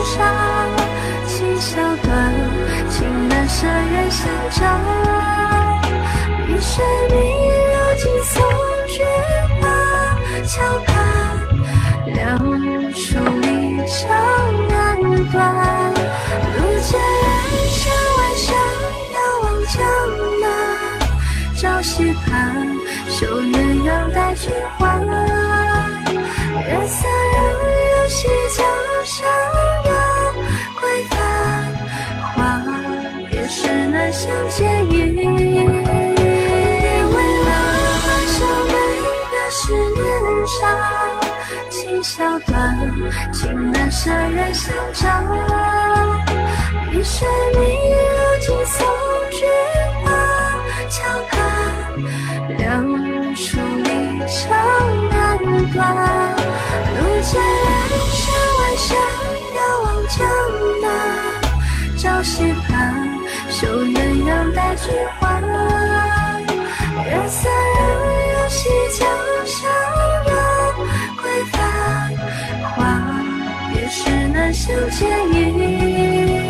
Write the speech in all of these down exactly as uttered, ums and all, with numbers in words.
上，情小短，情难舍人相照。于是迷流金松绝罢，桥畔两树离殇难断。路见人山万山，遥望江南。朝夕盼，守鸳鸯待君还。月色仍有西江上游归帆，花也是难相见意。别为了半生悲歌十年少，情小短，情难舍人相照。于是迷流金松绝罢，桥畔两树离殇难断。路见人山万山，遥望江南。朝夕盼，守鸳鸯待君还。月色仍有西江上游归帆，花也是难相见意。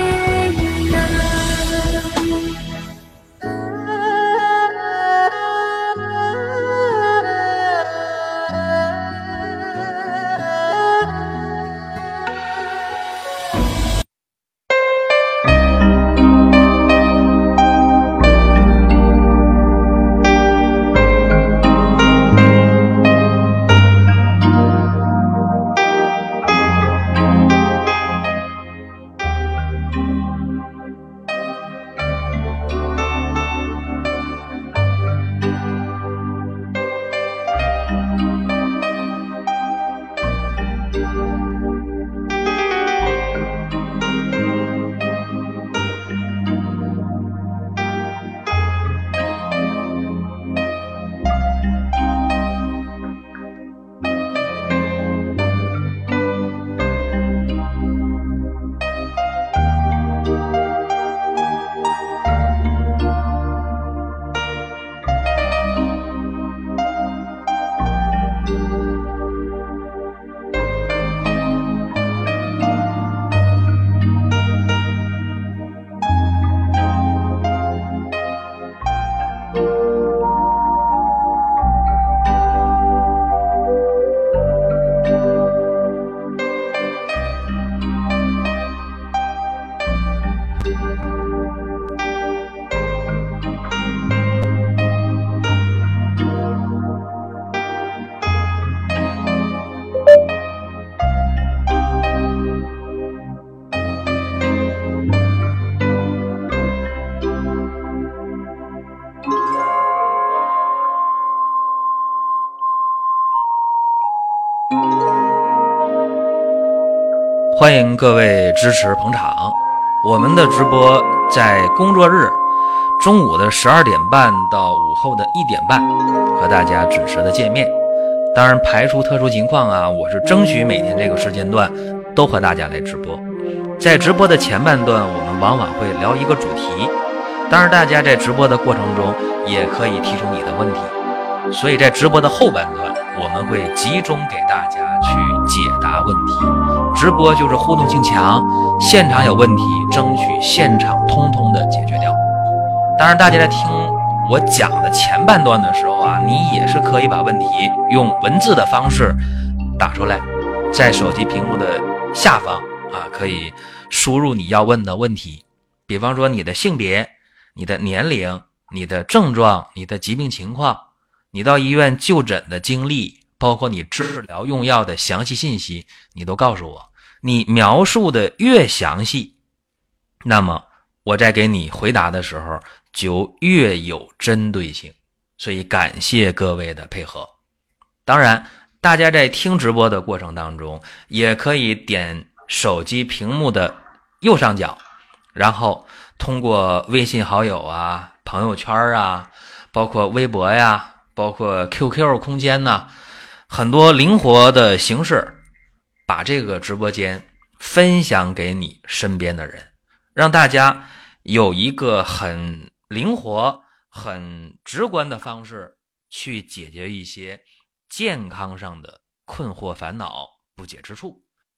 欢迎各位支持捧场，我们的直播在工作日中午的十二点半到午后的一点半和大家准时的见面。当然排除特殊情况啊，我是争取每天这个时间段都和大家来直播。在直播的前半段，我们往往会聊一个主题，当然大家在直播的过程中也可以提出你的问题，所以在直播的后半段，我们会集中给大家去解答问题。直播就是互动性强，现场有问题争取现场通通的解决掉。当然大家在听我讲的前半段的时候啊，你也是可以把问题用文字的方式打出来，在手机屏幕的下方啊，可以输入你要问的问题，比方说你的性别、你的年龄、你的症状、你的疾病情况，你到医院就诊的经历，包括你治疗用药的详细信息，你都告诉我。你描述的越详细，那么我在给你回答的时候就越有针对性，所以感谢各位的配合。当然大家在听直播的过程当中，也可以点手机屏幕的右上角，然后通过微信好友啊、朋友圈啊，包括微博呀，包括 Q Q 空间呐、啊，很多灵活的形式，把这个直播间分享给你身边的人，让大家有一个很灵活、很直观的方式去解决一些健康上的困惑、烦恼、不解之处。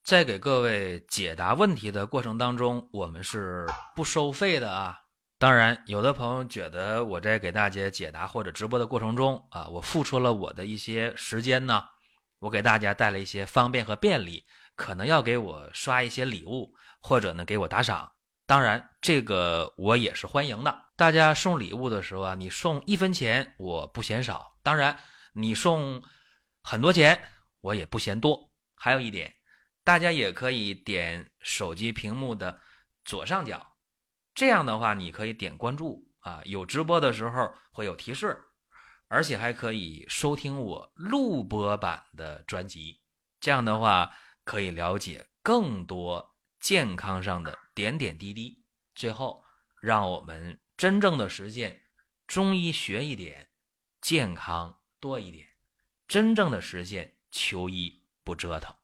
在给各位解答问题的过程当中，我们是不收费的啊。当然，有的朋友觉得我在给大家解答或者直播的过程中啊，我付出了我的一些时间呢，我给大家带来一些方便和便利，可能要给我刷一些礼物，或者呢给我打赏。当然，这个我也是欢迎的。大家送礼物的时候啊，你送一分钱我不嫌少，当然你送很多钱我也不嫌多。还有一点，大家也可以点手机屏幕的左上角，这样的话你可以点关注啊，有直播的时候会有提示，而且还可以收听我录播版的专辑，这样的话可以了解更多健康上的点点滴滴。最后让我们真正的实现中医学一点，健康多一点，真正的实现求医不折腾。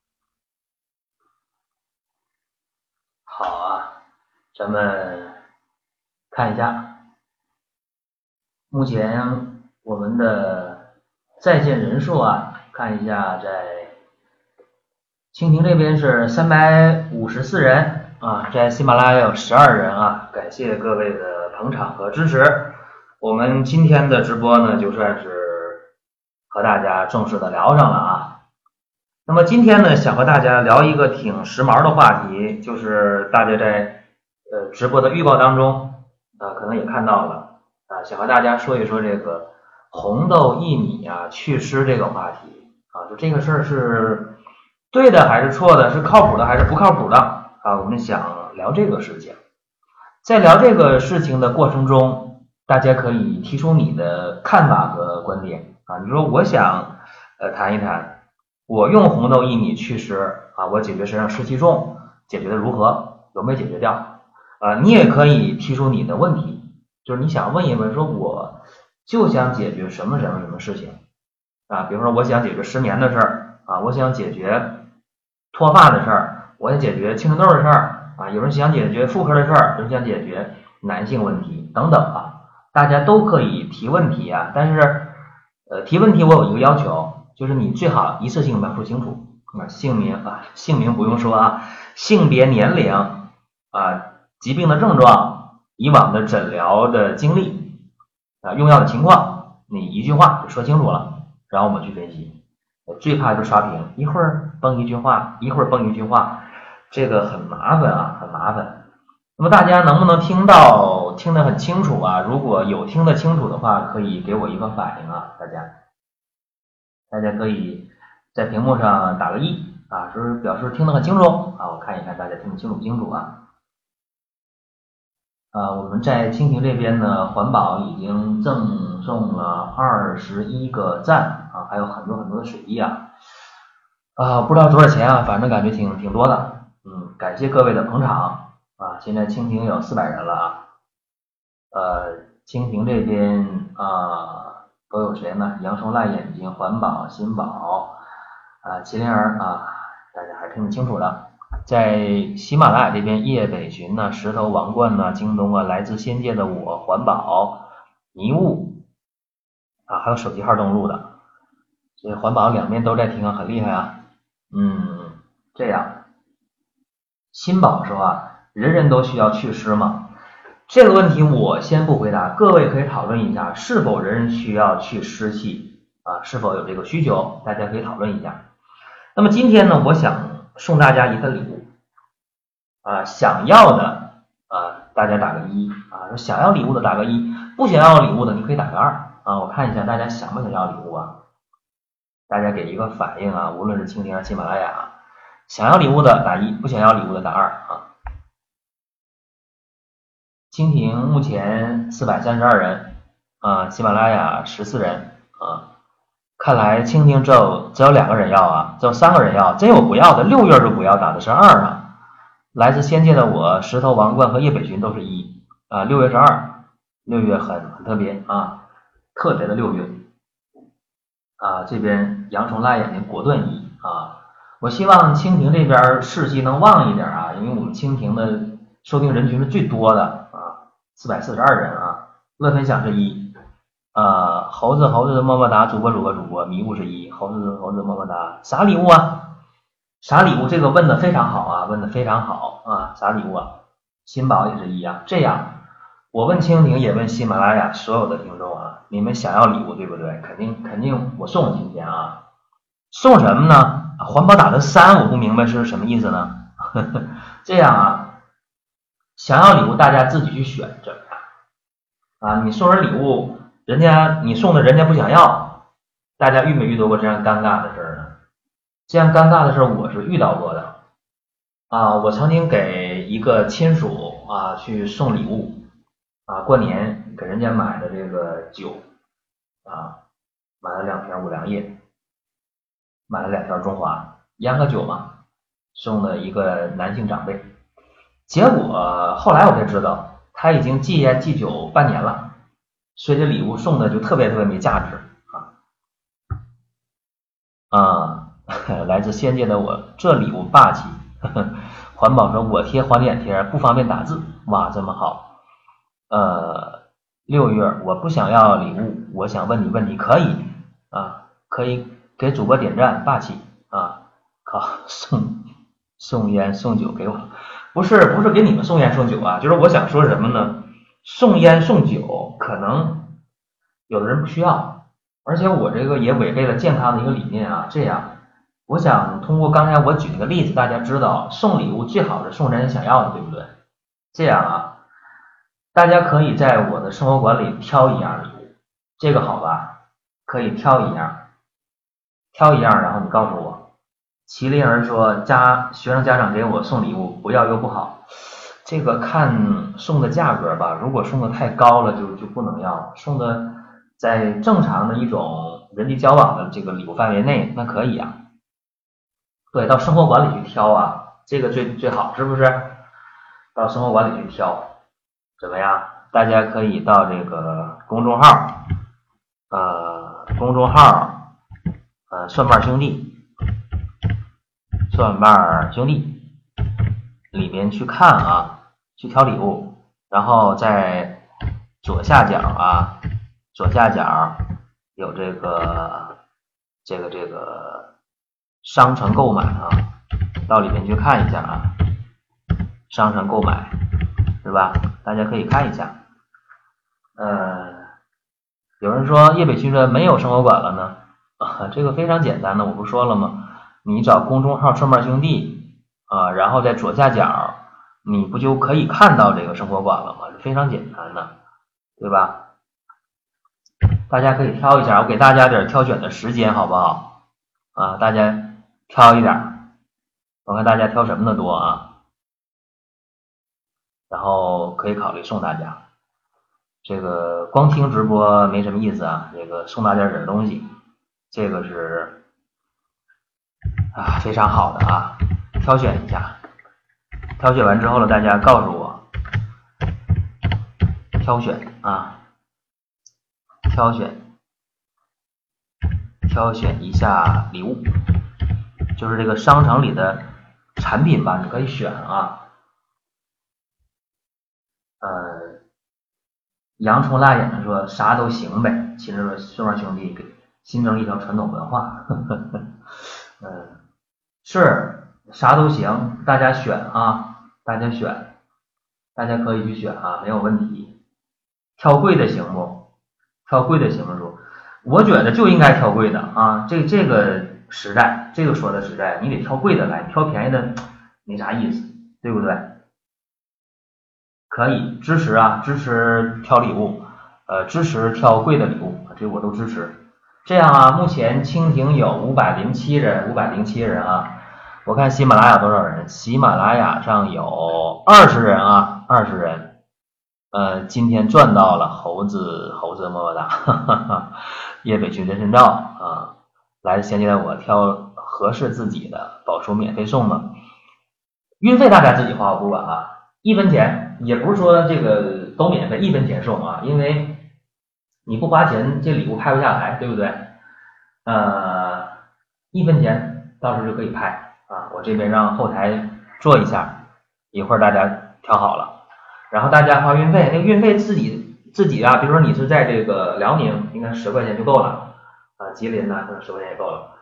好啊，咱们看一下，目前我们的在线人数啊，看一下，在蜻蜓这边是三百五十四人啊，在喜马拉雅有十二人啊，感谢各位的捧场和支持。我们今天的直播呢，就算是和大家正式的聊上了啊。那么今天呢，想和大家聊一个挺时髦的话题，就是大家在呃直播的预告当中啊，可能也看到了啊，想和大家说一说这个红豆薏米啊祛湿这个话题啊，就这个事儿是对的还是错的，是靠谱的还是不靠谱的啊？我们想聊这个事情。在聊这个事情的过程中，大家可以提出你的看法和观点啊。你说我想呃谈一谈。我用红豆薏米祛湿啊，我解决身上湿气重，解决的如何？有没有解决掉？啊，你也可以提出你的问题，就是你想问一问，说我就想解决什么什么什么事情啊，比如说我想解决失眠的事儿啊，我想解决脱发的事儿，我想解决青春痘的事儿啊，有人想解决妇科的事儿，有人想解决男性问题等等啊，大家都可以提问题啊，但是呃提问题我有一个要求。就是你最好一次性描述清楚啊，姓名啊，姓名不用说啊，性别、年龄啊，疾病的症状，以往的诊疗的经历啊，用药的情况，你一句话就说清楚了，然后我们去分析。我最怕就是刷屏，一会儿蹦一句话，一会儿蹦一句话，这个很麻烦啊，很麻烦。那么大家能不能听到，听得很清楚啊？如果有听得清楚的话，可以给我一个反应啊，大家。大家可以在屏幕上打个一啊，就是表示听得很清楚啊，我看一看大家听得清楚不清楚啊。啊，我们在蜻蜓这边呢，环保已经赠送了二十一个赞啊，还有很多很多的水滴啊，啊，不知道多少钱啊，反正感觉挺挺多的，嗯，感谢各位的捧场啊。现在蜻蜓有四百人了啊，呃，蜻蜓这边啊。都有谁呢？阳寿烂眼睛、环保、新宝啊、麒麟儿啊，大家还是听得清楚的。在喜马拉雅这边，叶北巡呢、石头王冠呢、京东啊、来自仙界的我、环保、迷雾啊，还有手机号登录的，所以环保两边都在听啊，很厉害啊。嗯，这样，新宝说啊，人人都需要祛湿吗？这个问题我先不回答，各位可以讨论一下，是否人人需要去湿气啊？是否有这个需求？大家可以讨论一下。那么今天呢，我想送大家一份礼物啊，想要的啊，大家打个一啊，想要礼物的打个一，不想要礼物的你可以打个二啊。我看一下大家想不想要礼物啊？大家给一个反应啊，无论是蜻蜓还是喜马拉雅，想要礼物的打一，不想要礼物的打二啊。蜻蜓目前四百三十二人啊，喜马拉雅十四人啊，看来蜻蜓只有只有两个人要啊，只有三个人要，真有不要的，六月就不要，打的是二啊。来自仙界的我、石头王冠和叶北巡都是一啊，六月是二，六月很很特别啊，特别的六月啊，这边阳虫辣眼睛果断一啊，我希望蜻蜓这边士气能旺一点啊，因为我们蜻蜓的收听人群是最多的。四百四十二人啊，乐分享是一，呃，猴子猴子么么哒，主播主播主播，迷雾是一，猴子猴子么么哒，啥礼物啊？ 啥礼物？这个问的非常好啊，问的非常好啊！啥礼物啊？新宝也是一样。这样，我问蜻蜓，也问喜马拉雅所有的听众啊，你们想要礼物对不对？肯定肯定，我送今天啊，送什么呢？环保打的三，我不明白是什么意思呢？呵呵，这样啊，想要礼物大家自己去选择啊，你送人礼物，人家你送的人家不想要，大家遇没遇到过这样尴尬的事儿呢？这样尴尬的事我是遇到过的啊，我曾经给一个亲属啊去送礼物啊，过年给人家买的这个酒啊，买了两瓶五粮液，买了两条中华，烟和酒嘛，送的一个男性长辈。结果后来我才知道，他已经戒烟戒酒半年了，所以这礼物送的就特别特别没价值啊啊！来自仙界的我，这礼物霸气。呵呵，环保说我贴黄点贴不方便打字，哇，这么好。呃，六月我不想要礼物，我想问你问题，可以啊，可以给主播点赞，霸气啊！靠，送送烟送酒给我，不是不是给你们送烟送酒啊，就是我想说什么呢？送烟送酒可能有的人不需要，而且我这个也违背了健康的一个理念啊，这样。我想通过刚才我举那个例子，大家知道送礼物最好是送人想要的，对不对？这样啊，大家可以在我的生活馆里挑一样礼物，这个好吧？可以挑一样，挑一样，然后你告诉我。麒麟儿说，家学生家长给我送礼物，不要又不好，这个看送的价格吧，如果送的太高了就就不能要，送的在正常的一种人际交往的这个礼物范围内，那可以啊。对，到生活馆里去挑啊，这个最最好，是不是？到生活馆里去挑，怎么样？大家可以到这个公众号，呃，公众号，呃，蒜瓣兄弟，蒜瓣兄弟里面去看啊，去挑礼物，然后在左下角啊，左下角有这个这个这个。商城购买啊，到里面去看一下啊，商城购买是吧？大家可以看一下。呃，有人说叶北区说没有生活馆了呢，啊，这个非常简单的，我不说了吗？你找公众号蒜瓣兄弟啊，然后在左下角，你不就可以看到这个生活馆了吗？非常简单的，对吧？大家可以挑一下，我给大家点挑选的时间好不好？啊，大家。挑一点，我看大家挑什么的多啊，然后可以考虑送大家。这个光听直播没什么意思啊，这个送大家点东西，这个是啊非常好的啊，挑选一下，挑选完之后呢，大家告诉我，挑选啊，挑选，挑选一下礼物。就是这个商城里的产品吧，你可以选啊。呃，洋葱辣眼的说啥都行呗，其实说顺瓣兄弟给新增一条传统文化，呵呵呵嗯，是啥都行，大家选啊，大家选，大家可以去选啊，没有问题。挑贵的行不？挑贵的行不？说，我觉得就应该挑贵的啊，这这个。实在，这个说的实在，你得挑贵的来，挑便宜的没啥意思，对不对？可以支持啊，支持挑礼物，呃，支持挑贵的礼物，这我都支持。这样啊，目前蜻蜓有五百零七人，五百零七人啊。我看喜马拉雅多少人？喜马拉雅上有二十人啊，二十人。呃，今天赚到了，猴子猴子么么哒，哈哈哈。叶北区人参照啊。来衔接的我挑合适自己的，保出免费送的，运费大家自己花，我不管啊，一分钱，也不是说这个都免费，一分钱送啊，因为你不花钱，这礼物拍不下来，对不对？呃，一分钱到时候就可以拍啊，我这边让后台做一下，一会儿大家挑好了，然后大家花运费，那个运费自己自己啊，比如说你是在这个辽宁，应该十块钱就够了。啊，吉林呢，可能十块钱也够了。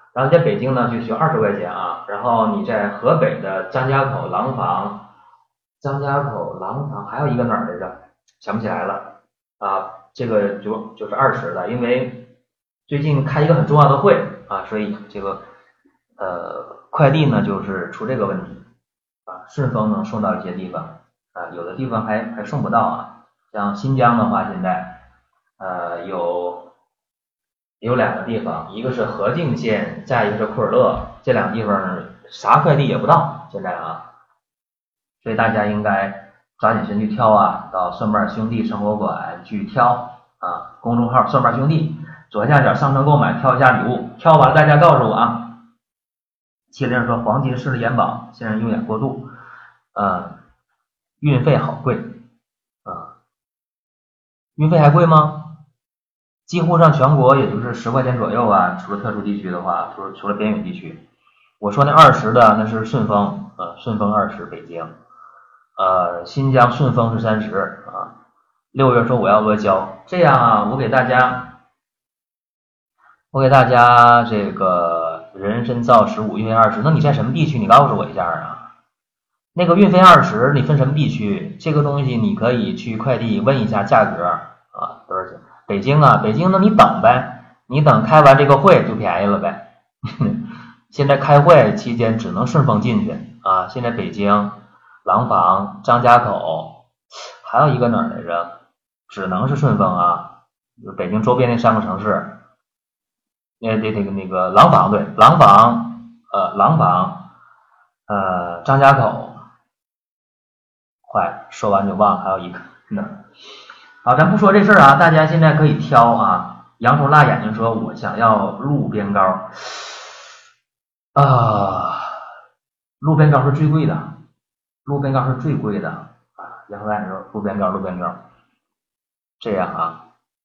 然后在北京呢就需要二十块钱啊，然后你在河北的张家口廊坊，张家口廊坊还有一个哪儿来着？想不起来了啊，这个就就是二十的，因为最近开一个很重要的会啊，所以这个呃快递呢就是出这个问题啊，顺丰能送到一些地方啊，有的地方还还送不到啊，像新疆的话现在呃有有两个地方，一个是河静县，再一个是库尔勒，这两个地方啥快递也不到现在啊，所以大家应该抓紧时间去挑啊，到蒜瓣兄弟生活馆去挑啊，公众号蒜瓣兄弟左下角商城购买，挑一下礼物，挑完了大家告诉我啊。七零说黄金视力眼保，现在用眼过度，呃，运费好贵啊，运费还贵吗？几乎上全国也就是十块钱左右啊，除了特殊地区的话，除了除了边远地区。我说那二十的那是顺丰，呃，顺丰二十北京，呃，新疆顺丰是三十啊。六月说我要阿胶，这样啊，我给大家，我给大家这个人参皂十五，运费二十，那你在什么地区？你告诉我一下啊。那个运费二十，你分什么地区？这个东西你可以去快递问一下价格啊，多少钱？北京啊，北京那你等呗，你等开完这个会就便宜了呗。现在开会期间只能顺丰进去啊。现在北京、廊坊、张家口，还有一个哪儿来着？只能是顺丰啊，北京周边那三个城市。那这这个那个廊坊对，廊坊呃廊坊呃张家口，坏说完就忘，还有一个哪儿？好，咱不说这事儿啊，大家现在可以挑啊。羊头辣眼睛说，我想要路边膏啊，路边膏是最贵的，路边膏是最贵的啊。羊头辣眼睛说，路边膏，路边膏，这样啊。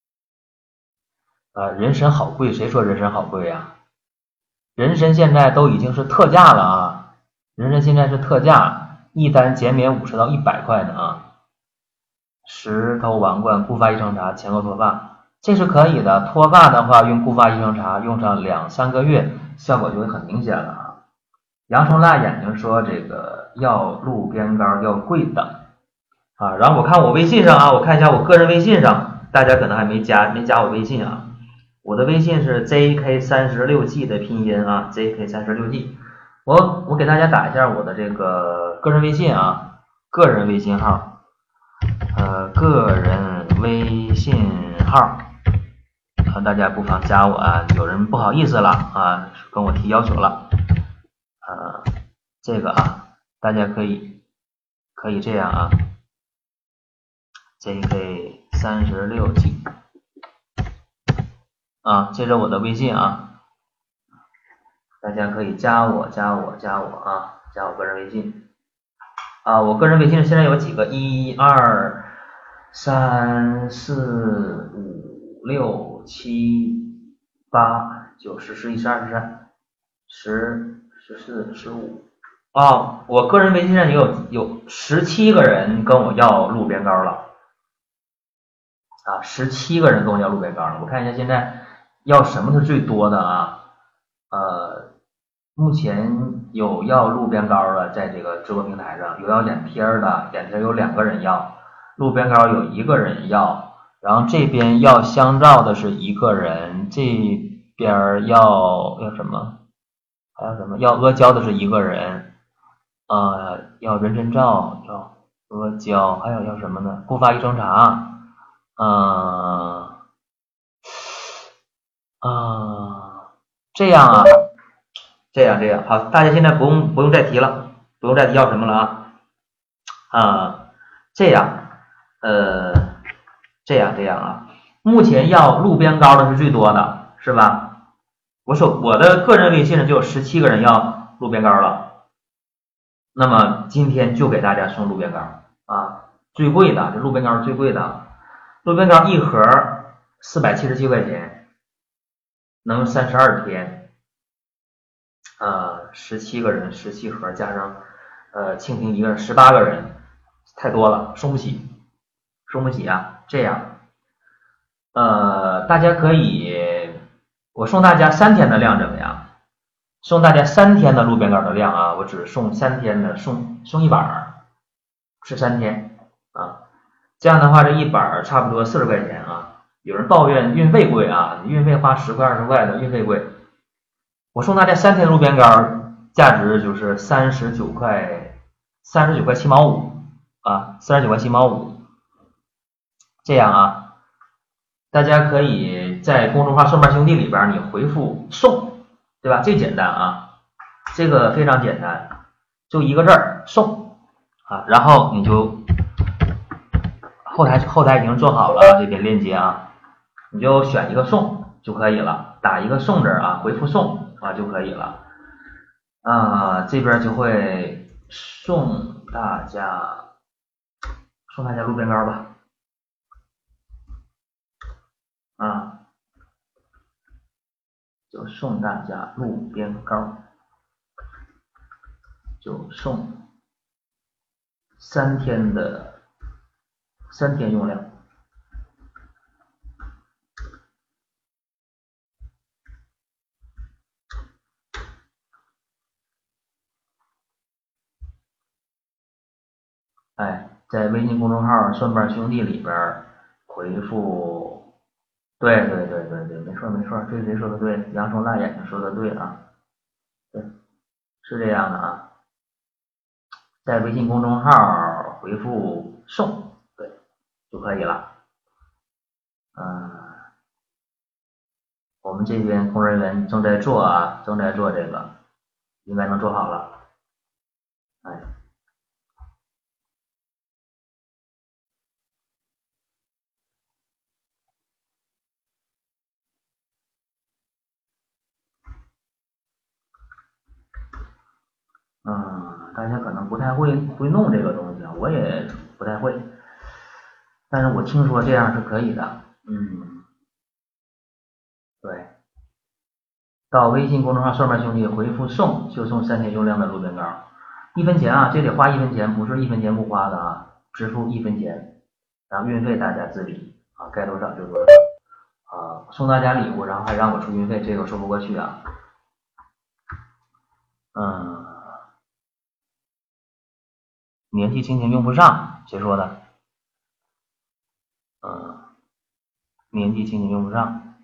呃，人参好贵，谁说人参好贵呀？人参现在都已经是特价了啊，人参现在是特价，一单减免五十到一百块的啊。石头王冠固发益生茶前后脱发，这是可以的。脱发的话，用固发益生茶用上两三个月，效果就会很明显了啊。羊虫辣眼睛说这个要路边膏要贵的啊，然后我看我微信上啊，我看一下我个人微信上，大家可能还没加没加我微信啊。我的微信是 J K 三十六 G 的拼音啊 ，J K 三十六 G。我我给大家打一下我的这个个人微信啊，个人微信号。呃，个人微信号，啊，大家不妨加我啊。有人不好意思了啊，跟我提要求了，呃，这个啊，大家可以可以这样啊 ，J K 三十六 G 啊，这是我的微信啊，大家可以加我加我加我啊，加我个人微信。啊，我个人微信现在有几个，一二三四五六七八九十十一十二十三十十四十五啊，我个人微信上有有十七个人跟我要路边膏了啊，十七个人跟我要路边膏了。我看一下现在要什么是最多的啊？呃。目前有要路边膏的，在这个直播平台上有要脸贴的，脸贴有两个人要，路边膏有一个人要，然后这边要香皂的是一个人，这边要要什么？还有什么？要阿胶的是一个人，呃，要人参皂，要阿胶，还有要什么呢？固发益生茶，呃，啊、呃，这样啊。这样这样好，大家现在不用不用再提了，不用再提要什么了啊啊，这样呃这样这样啊，目前要路边膏的是最多的，是吧？我手我的个人微信上就有十七个人要路边膏了，那么今天就给大家送路边膏啊，最贵的这路边膏是最贵的，路边膏一盒四百七十七块钱，能用三十二天。呃，十七个人，十七盒加上呃蜻蜓一个人，十八个人，太多了，送不起，送不起啊！这样，呃，大家可以，我送大家三天的量怎么样？ 送大家三天的路边杆的量啊，我只送三天的，送送一板，是三天啊。这样的话，这一板差不多四十块钱啊。有人抱怨运费贵啊，运费花十块二十块的运费贵。我送大家三天路边杆，价值就是三十九块，三十九块七毛五啊，三十九块七毛五。这样啊，大家可以在公众号顺瓣兄弟里边你回复送，对吧？最简单啊，这个非常简单，就一个字儿送啊，然后你就后台后台已经做好了这边链接啊，你就选一个送就可以了，打一个送字啊，回复送啊就可以了啊，这边就会送大家送大家路边杆吧啊，就送大家路边杆，就送三天的三天用量。哎，在微信公众号顺瓣兄弟里边回复，对对对对对，没错没错，这谁说的对？阳春辣眼睛说的对啊，对，是这样的啊，在微信公众号回复送，对，就可以了。嗯，我们这边工作人员正在做啊，正在做这个，应该能做好了。哎。嗯，大家可能不太会会弄这个东西啊，我也不太会，但是我听说这样是可以的。嗯，对，到微信公众号顺瓣兄弟回复送就送三天用量的路边杆，一分钱啊，这得花一分钱，不是一分钱不花的啊，支付一分钱，然后运费大家自理啊，该多少就多少啊，送大家礼物，然后还让我出运费，这个说不过去啊。嗯。年纪轻轻用不上，谁说的？嗯，年纪轻轻用不上。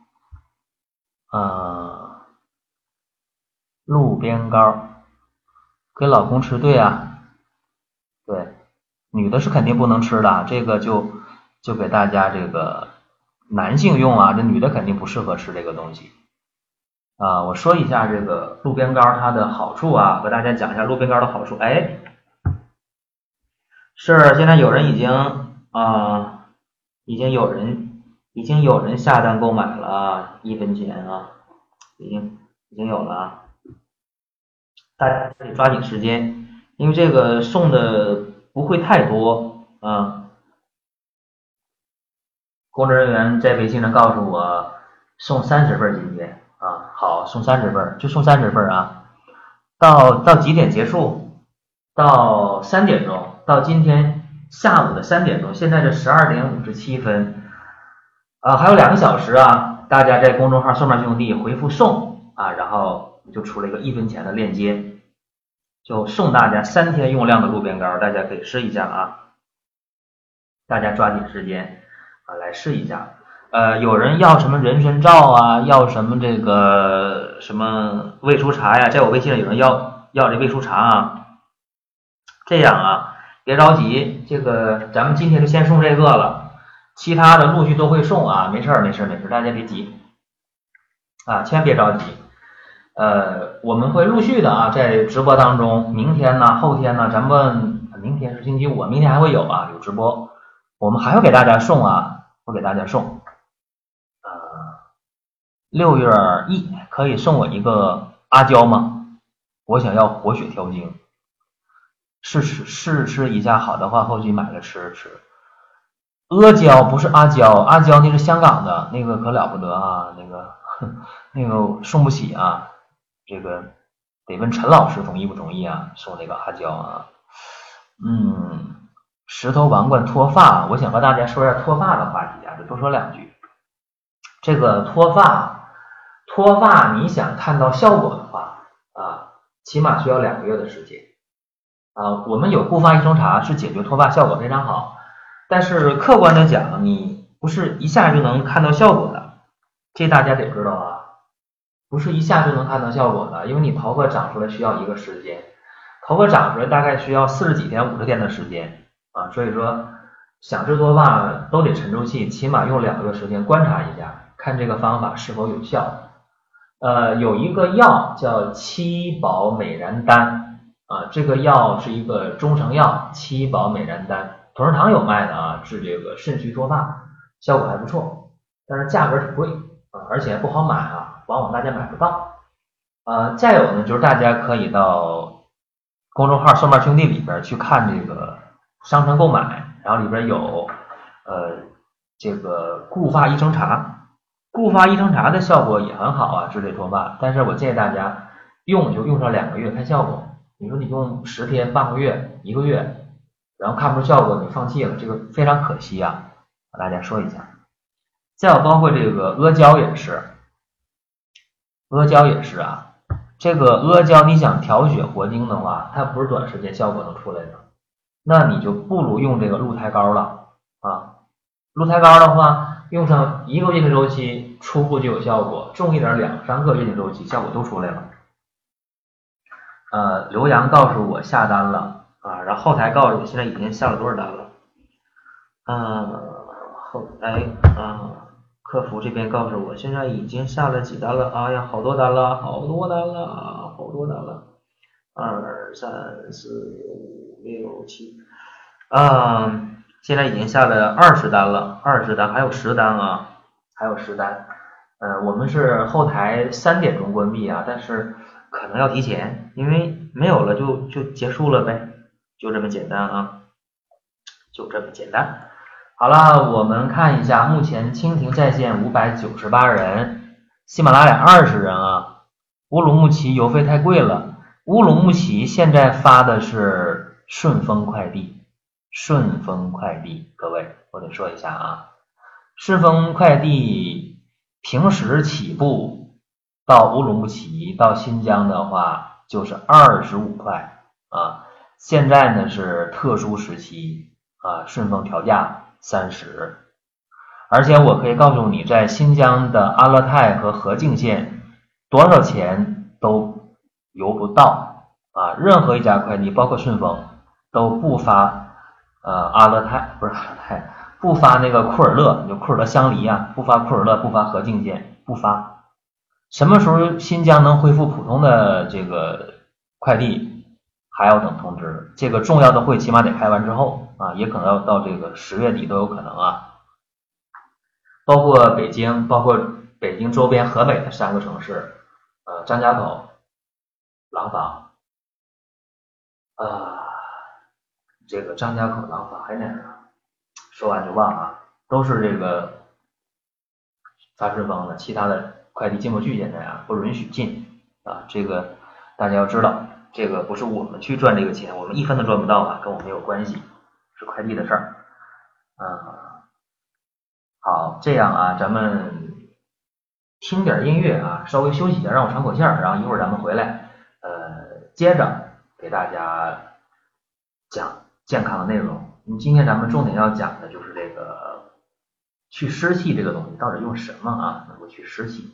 呃，路边杆给老公吃，对啊，对，女的是肯定不能吃的，这个就就给大家这个男性用啊，这女的肯定不适合吃这个东西啊。我说一下这个路边杆它的好处啊，和大家讲一下路边杆的好处。哎。是，现在有人已经啊、呃，已经有人已经有人下单购买了一分钱啊，已经已经有了啊，大家得抓紧时间，因为这个送的不会太多啊。工作人员在微信上告诉我送三十份今天啊，好，送三十份，就送三十份啊，到到几点结束？到三点钟。到今天下午的三点钟，现在是十二点五十七分，啊，还有两个小时啊！大家在公众号顺瓣兄弟回复送啊，然后就出了一个一分钱的链接，就送大家三天用量的路边杆，大家可以试一下啊！大家抓紧时间啊来试一下。呃，有人要什么人参皂啊，要什么这个什么胃舒茶呀，在我微信上有人要要这胃舒茶啊，这样啊。别着急，这个咱们今天就先送这个了，其他的陆续都会送啊，没事儿没事儿没事儿，大家别急啊，千万别着急。呃，我们会陆续的啊，在直播当中，明天呢、后天呢，咱们明天是星期五，明天还会有啊，有直播，我们还会给大家送啊，会给大家送。呃，六月一可以送我一个阿胶吗？我想要活血调经。试吃试吃一下，好的话后续买了吃吃。阿胶不是阿胶，阿胶那是香港的，那个可了不得啊，那个那个送不起啊，这个得问陈老师同意不同意啊，送那个阿胶啊。嗯，石头王冠脱发，我想和大家说一下脱发的话题啊，就多说两句。这个脱发，脱发你想看到效果的话起码需要两个月的时间啊。我们有固发益生茶是解决脱发效果非常好，但是客观的讲，你不是一下就能看到效果的，这大家得知道啊，不是一下就能看到效果的，因为你头发长出来需要一个时间，头发长出来大概需要四十几天、五十天的时间啊，所以说想治脱发都得沉住气，起码用两个月时间观察一下，看这个方法是否有效。呃，有一个药叫七宝美燃丹啊，这个药是一个中成药，七宝美燃丹，同仁堂有卖的啊，治这个肾虚脱发，效果还不错，但是价格挺贵啊，而且不好买啊，往往大家买不到。呃，再有呢，就是大家可以到公众号蒜瓣兄弟里边去看这个商城购买，然后里边有呃这个固发益生茶。固发益生茶的效果也很好啊，治这脱发，但是我建议大家用就用上两个月看效果。你说你用十天、半个月、一个月，然后看不出效果，你放弃了，这个非常可惜啊，和大家说一下。再有包括这个阿胶也是，阿胶也是啊，这个阿胶你想调血活精的话，它不是短时间效果能出来的，那你就不如用这个鹿胎膏了啊。鹿胎膏的话，用上一个月的周期，初步就有效果，重一点两三个月的周期，效果都出来了。呃，刘洋告诉我下单了啊，然后后台告诉我现在已经下了多少单了。嗯，后台啊，客服这边告诉我现在已经下了几单了，哎呀，好多单了，好多单了，好多单了，二三四五六七，嗯。现在已经下了二十单了，二十单还有十单啊，还有十单。呃，我们是后台三点钟关闭啊，但是可能要提前，因为没有了就就结束了呗，就这么简单啊，就这么简单。好了，我们看一下，目前蜻蜓在线五百九十八人，喜马拉雅二十人啊。乌鲁木齐邮费太贵了，乌鲁木齐现在发的是顺丰快递。顺丰快递，各位，我得说一下啊，顺丰快递平时起步到乌鲁木齐到新疆的话就是二十五块啊，现在呢是特殊时期啊，顺丰调价三十，而且我可以告诉你，在新疆的阿勒泰和和静县多少钱都邮不到啊，任何一家快递包括顺丰都不发呃，阿勒泰不是阿勒泰，不发那个库尔勒，就库尔勒香梨啊，不发库尔勒，不发和静县，不发。什么时候新疆能恢复普通的这个快递，还要等通知。这个重要的会起码得开完之后啊，也可能要到这个十月底都有可能啊。包括北京，包括北京周边河北的三个城市，呃，张家口、廊坊，呃。这个张家口、廊坊还哪儿啊？说完就忘了，都是这个发顺丰的，其他的快递进不去，现在啊不允许进啊。这个大家要知道，这个不是我们去赚这个钱，我们一分都赚不到啊，跟我们没有关系，是快递的事儿。嗯，好，这样啊，咱们听点音乐啊，稍微休息一下，让我喘口气儿，然后一会儿咱们回来，呃，接着给大家讲健康的内容。今天咱们重点要讲的就是这个去湿气这个东西到底用什么啊能够去湿气。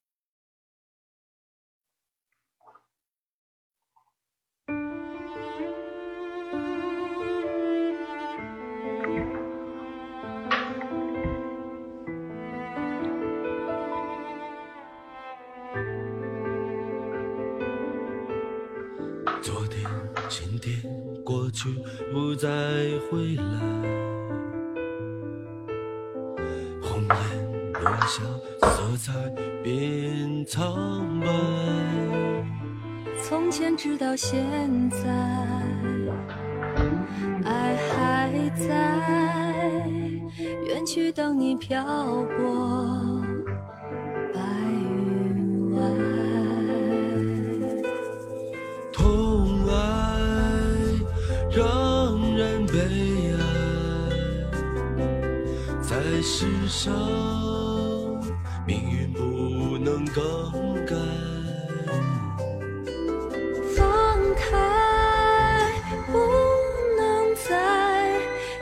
昨天今天过去不再回来，红颜落下色彩变苍白， 从前直到现在，爱还在，远去等你飘过白云外。 痛爱让人悲哀，在世上命运不能更改。 风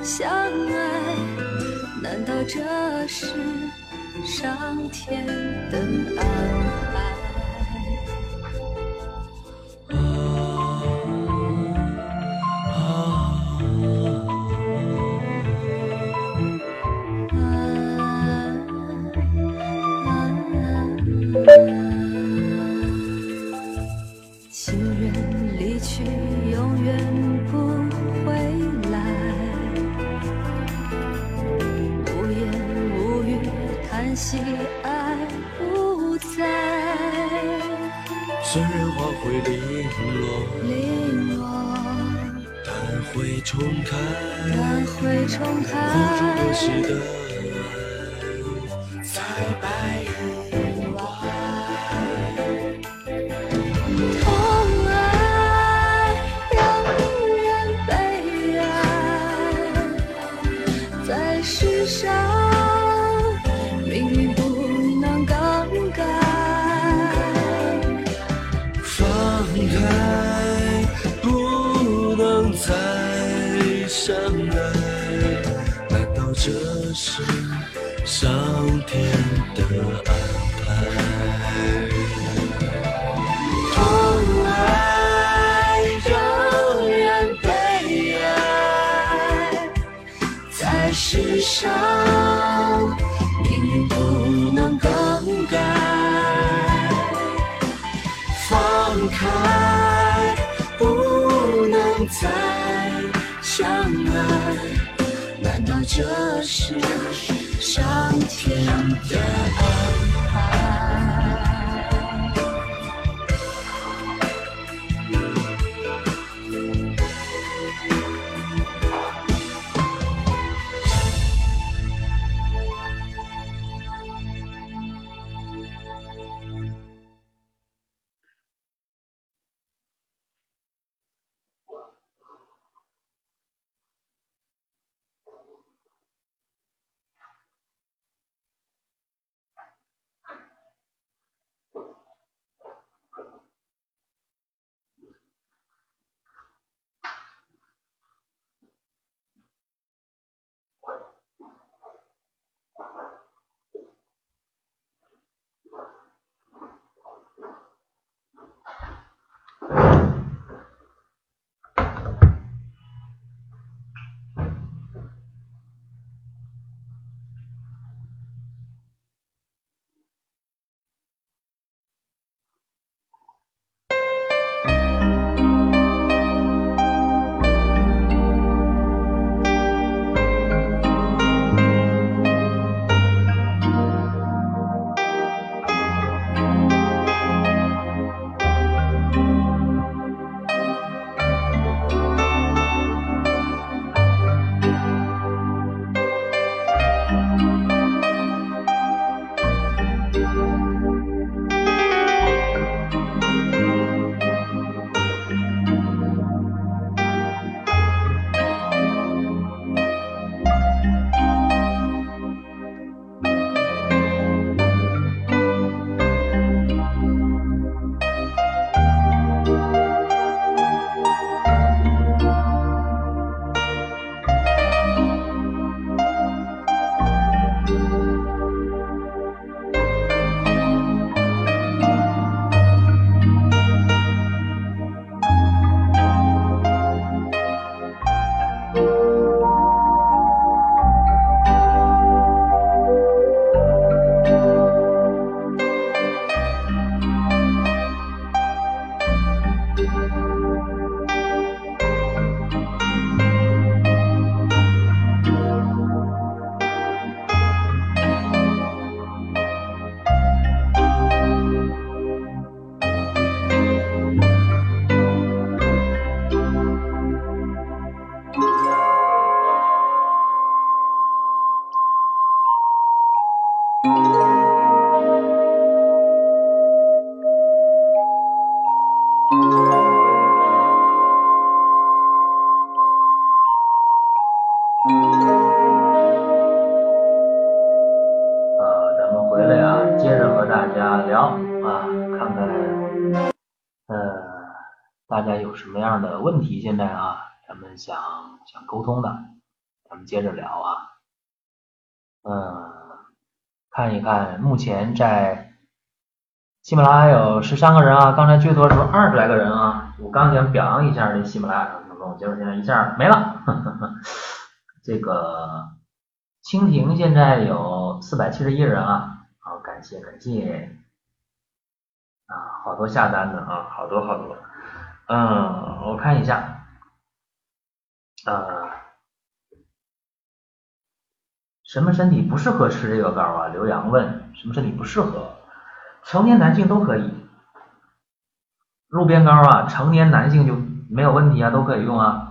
相爱，难道这是上天的安排？情人离去，永远不回来，无言无语，叹息爱不在。 虽然花会零落， 零落， 但会重开， 但会重开。 付出过时的爱，在白云外。 痛爱让人悲哀，在世上命运不能更改。 放开，不能再相爱，难道这是上天的安排？痛爱让人悲哀，在世上命运不能更改。放开，不能再相爱，难道这是上天的安排？ 呃，咱们回来啊，接着和大家聊啊，看看呃大家有什么样的问题，现在啊，咱们想想沟通的， 咱们接着聊啊。嗯，看一看，目前在喜马拉雅有十三个人啊，刚才最多的时候二十来个人啊。我刚想表扬一下这喜马拉雅上听众，结果现在一下没了。呵呵呵这个蜻蜓现在有四百七十一人啊，好，感谢感谢啊，好多下单的啊，好多好多。嗯，我看一下，呃，什么身体不适合吃这个膏啊？刘洋问，什么身体不适合？成年男性都可以，鹿鞭膏啊，成年男性就没有问题啊，都可以用啊。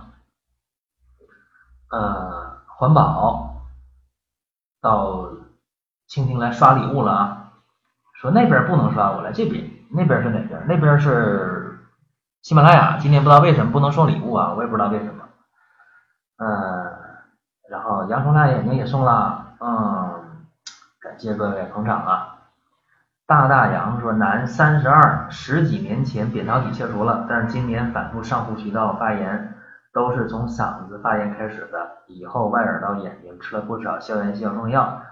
呃，环保到蜻蜓来刷礼物了啊，说那边不能刷，我来这边，那边是哪边？那边是喜马拉雅，今天不知道为什么不能送礼物啊，我也不知道为什么。呃，然后洋葱大眼睛也送了，嗯，感谢各位捧场啊。大大洋说，男三十二，十几年前扁桃体切除了，但是今年反复上呼吸道发炎，都是从嗓子发炎开始的，以后外耳到眼睛，吃了不少消炎消痛药，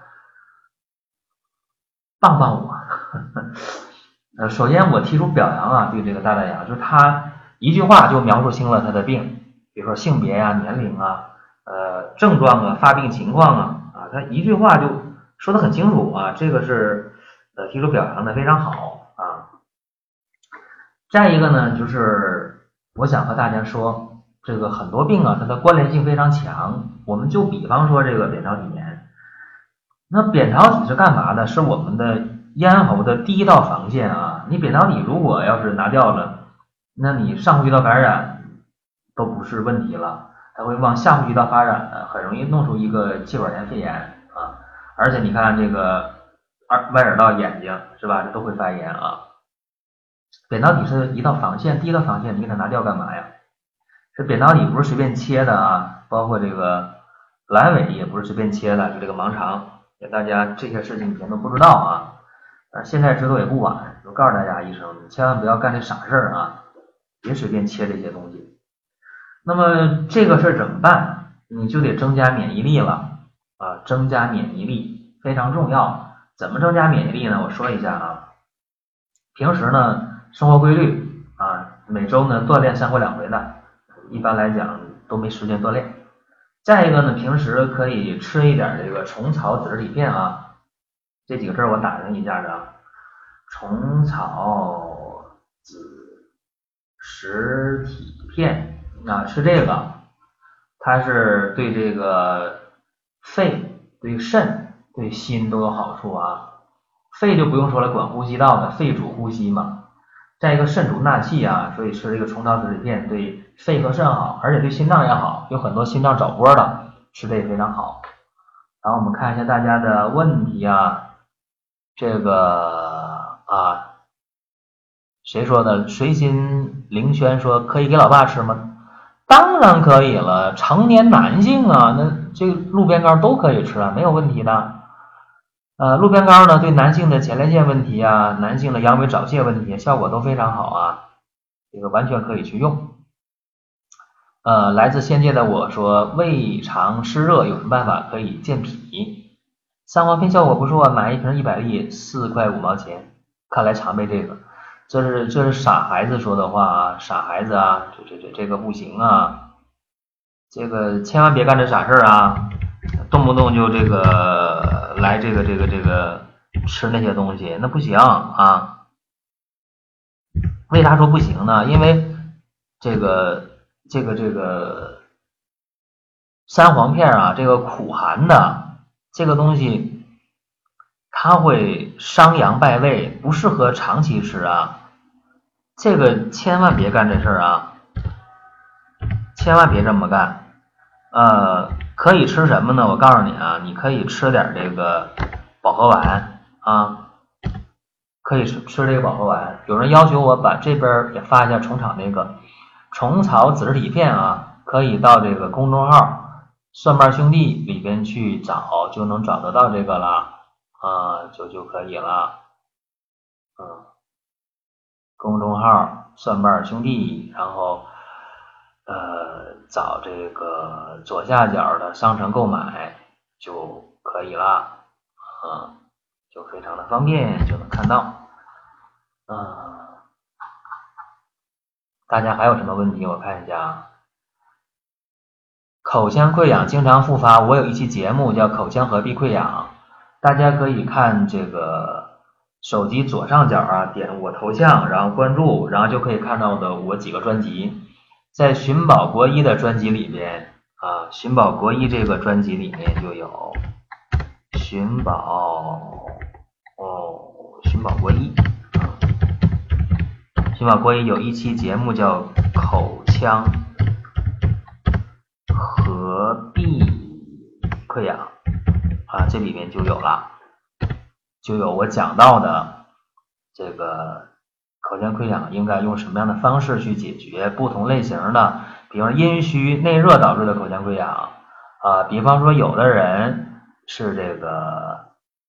棒棒我。呃，首先我提出表扬啊，对这个大大洋，就是他一句话就描述清了他的病，比如说性别呀、啊、年龄啊、呃症状啊、发病情况啊，啊，他一句话就说得很清楚啊，这个是呃提出表扬的，非常好啊。再一个呢，就是我想和大家说，这个很多病啊，它的关联性非常强。我们就比方说这个扁桃体炎，那扁桃体是干嘛的？是我们的咽喉的第一道防线啊。你扁桃体如果要是拿掉了，那你上呼吸道感染都不是问题了，它会往下呼吸道发展，很容易弄出一个气管炎、肺炎啊。而且你看这个耳外耳道、眼睛是吧，这都会发炎啊。扁桃体是一道防线，第一道防线，你给它拿掉干嘛呀？这扁桃体不是随便切的啊，包括这个阑尾也不是随便切的，就这个盲肠，大家这些事情以前都不知道啊，呃，现在知道也不晚，我告诉大家一声，千万不要干这傻事儿啊，别随便切这些东西。那么这个事儿怎么办？你就得增加免疫力了啊，增加免疫力非常重要。怎么增加免疫力呢？我说一下啊，平时呢生活规律啊，每周呢锻炼三回两回的，一般来讲都没时间锻炼。再一个呢，平时可以吃一点这个虫草子体片啊，这几个字我打上一下的啊，虫草子实体片啊，吃这个，它是对这个肺、对肾、对心都有好处啊。肺就不用说了，管呼吸道的，肺主呼吸嘛。再一个肾主纳气啊，所以吃这个虫草子体片对肺和肾好，而且对心脏也好，有很多心脏早搏的，吃这也非常好。然后我们看一下大家的问题啊，这个啊，谁说的？随心凌轩说可以给老爸吃吗？当然可以了，成年男性啊，那这个鹿鞭膏都可以吃啊，没有问题的。呃，鹿鞭膏呢，对男性的前列腺问题啊，男性的阳痿早泄问题效果都非常好啊，这个完全可以去用。呃，来自仙界的我说，胃肠湿热有什么办法可以健脾？三黄片效果不错，买一瓶一百粒，四块五毛钱。看来常备这个，这是这是傻孩子说的话啊，傻孩子啊，这这这这个不行啊，这个千万别干这傻事啊，动不动就这个来这个这个这个吃那些东西，那不行啊。为啥说不行呢？因为这个这个这个三黄片啊，这个苦寒的这个东西，它会伤阳败胃，不适合长期吃啊。这个千万别干这事儿啊，千万别这么干。呃，可以吃什么呢？我告诉你啊，你可以吃点这个保和丸啊，可以吃吃这个保和丸。有人要求我把这边也发一下虫草那个虫草子体片啊，可以到这个公众号蒜瓣兄弟里边去找，就能找得到这个了啊，就就可以了。嗯，公众号蒜瓣兄弟，然后呃找这个左下角的商城购买就可以了，嗯，就非常的方便，就能看到。嗯，大家还有什么问题？我看一下啊。口腔溃疡经常复发，我有一期节目叫口腔合闭溃疡，大家可以看这个手机左上角啊，点我头像，然后关注，然后就可以看到的我几个专辑。在寻宝国医的专辑里边啊，寻宝国医这个专辑里面就有寻宝哦，寻宝国医啊，寻宝国医有一期节目叫口腔合闭溃疡啊，这里面就有了，就有我讲到的这个口腔溃疡应该用什么样的方式去解决，不同类型的，比方阴虚内热导致的口腔溃疡啊，比方说有的人是这个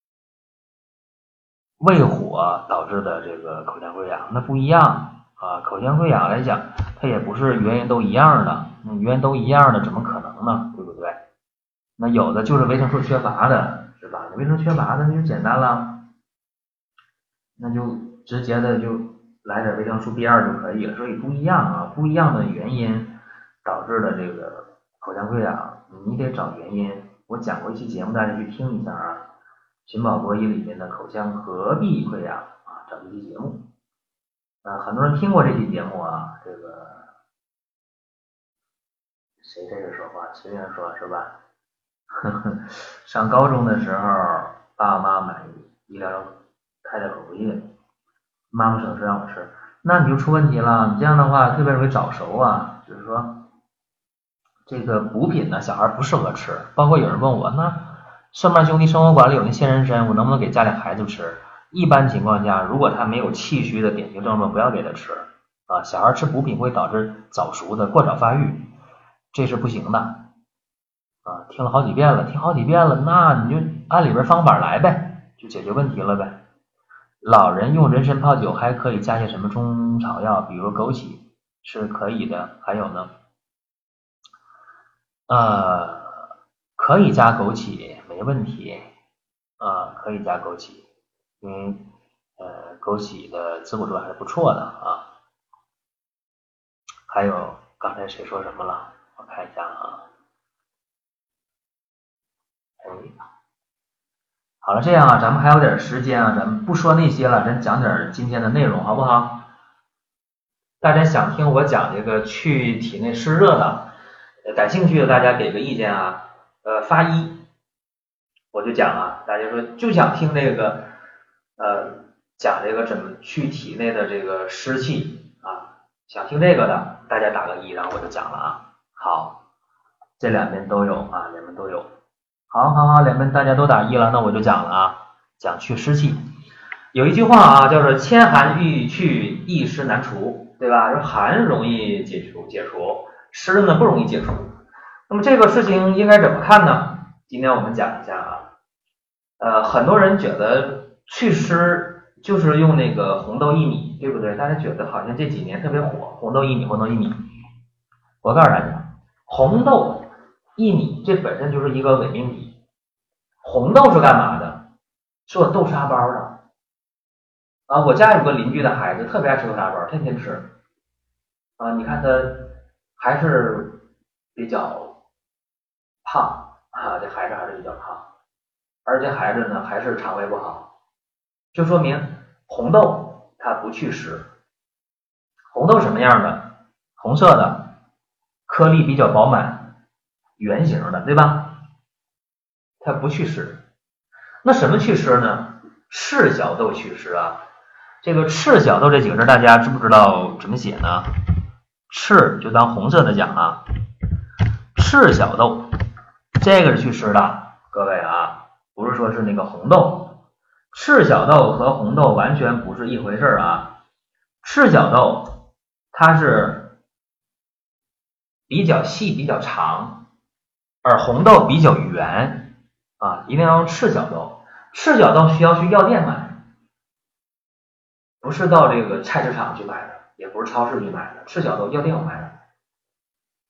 胃火导致的这个口腔溃疡，那不一样啊，口腔溃疡来讲，它也不是原因都一样的，那原因都一样的怎么可能呢？对不对？那有的就是维生素缺乏的，是吧？维生素缺乏的那就简单了，那就直接的就来点维生素 B 二 就可以了。所以不一样啊，不一样的原因导致的这个口腔溃疡，你得找原因。我讲过一期节目，大家去听一下啊，寻宝国医里面的口腔合闭溃疡啊，找一期节目。啊，很多人听过这期节目啊，这个谁这个说话随便说是吧？呵呵，上高中的时候，爸爸妈妈买医疗开的口服液，妈妈省事让我吃，那你就出问题了。你这样的话特别容易早熟啊，就是说这个补品呢，小孩不适合吃。包括有人问我，那蒜瓣兄弟生活馆里有那鲜人参，我能不能给家里孩子吃？一般情况下，如果他没有气虚的典型症状，不要给他吃啊。小孩吃补品会导致早熟的过早发育，这是不行的啊。听了好几遍了，听好几遍了，那你就按里边方法来呗，就解决问题了呗。老人用人参泡酒还可以加些什么中草药，比如枸杞是可以的，还有呢，呃，可以加枸杞没问题啊，可以加枸杞。因为呃枸杞的滋补作用还是不错的啊。还有刚才谁说什么了？我看一下啊。哎，好了，这样啊，咱们还有点时间啊，咱们不说那些了，咱讲点今天的内容好不好？大家想听我讲这个去体内湿热的，感兴趣的大家给个意见啊。呃，发一，我就讲啊，大家说就想听这个。呃，讲这个怎么去体内的这个湿气啊，想听这个的，大家打个一，然后我就讲了啊。好，这两边都有啊，两边都有。好好好，两边大家都打一了，那我就讲了啊，讲去湿气。有一句话啊，叫做千寒欲去，一湿难除，对吧？说寒容易解除解除，湿呢不容易解除。那么这个事情应该怎么看呢？今天我们讲一下啊。呃，很多人觉得祛湿就是用那个红豆薏米，对不对？大家觉得好像这几年特别火，红豆薏米，红豆薏米。我告诉大家，红豆薏米这本身就是一个伪命题。红豆是干嘛的？做豆沙包的啊。我家有个邻居的孩子特别爱吃豆沙包，天天吃啊。你看他还是比较胖啊，这孩子还是比较胖，而且孩子呢还是肠胃不好。就说明红豆它不去湿。红豆什么样的？红色的，颗粒比较饱满，圆形的，对吧？它不去湿。那什么去湿呢？赤小豆去湿啊。这个赤小豆这几个字大家知不知道怎么写呢？赤就当红色的讲啊，赤小豆这个是去湿的，各位啊，不是说是那个红豆。赤小豆和红豆完全不是一回事啊。赤小豆它是比较细比较长，而红豆比较圆啊，一定要用赤小豆。赤小豆需要去药店买，不是到这个菜市场去买的，也不是超市去买的，赤小豆药店有卖的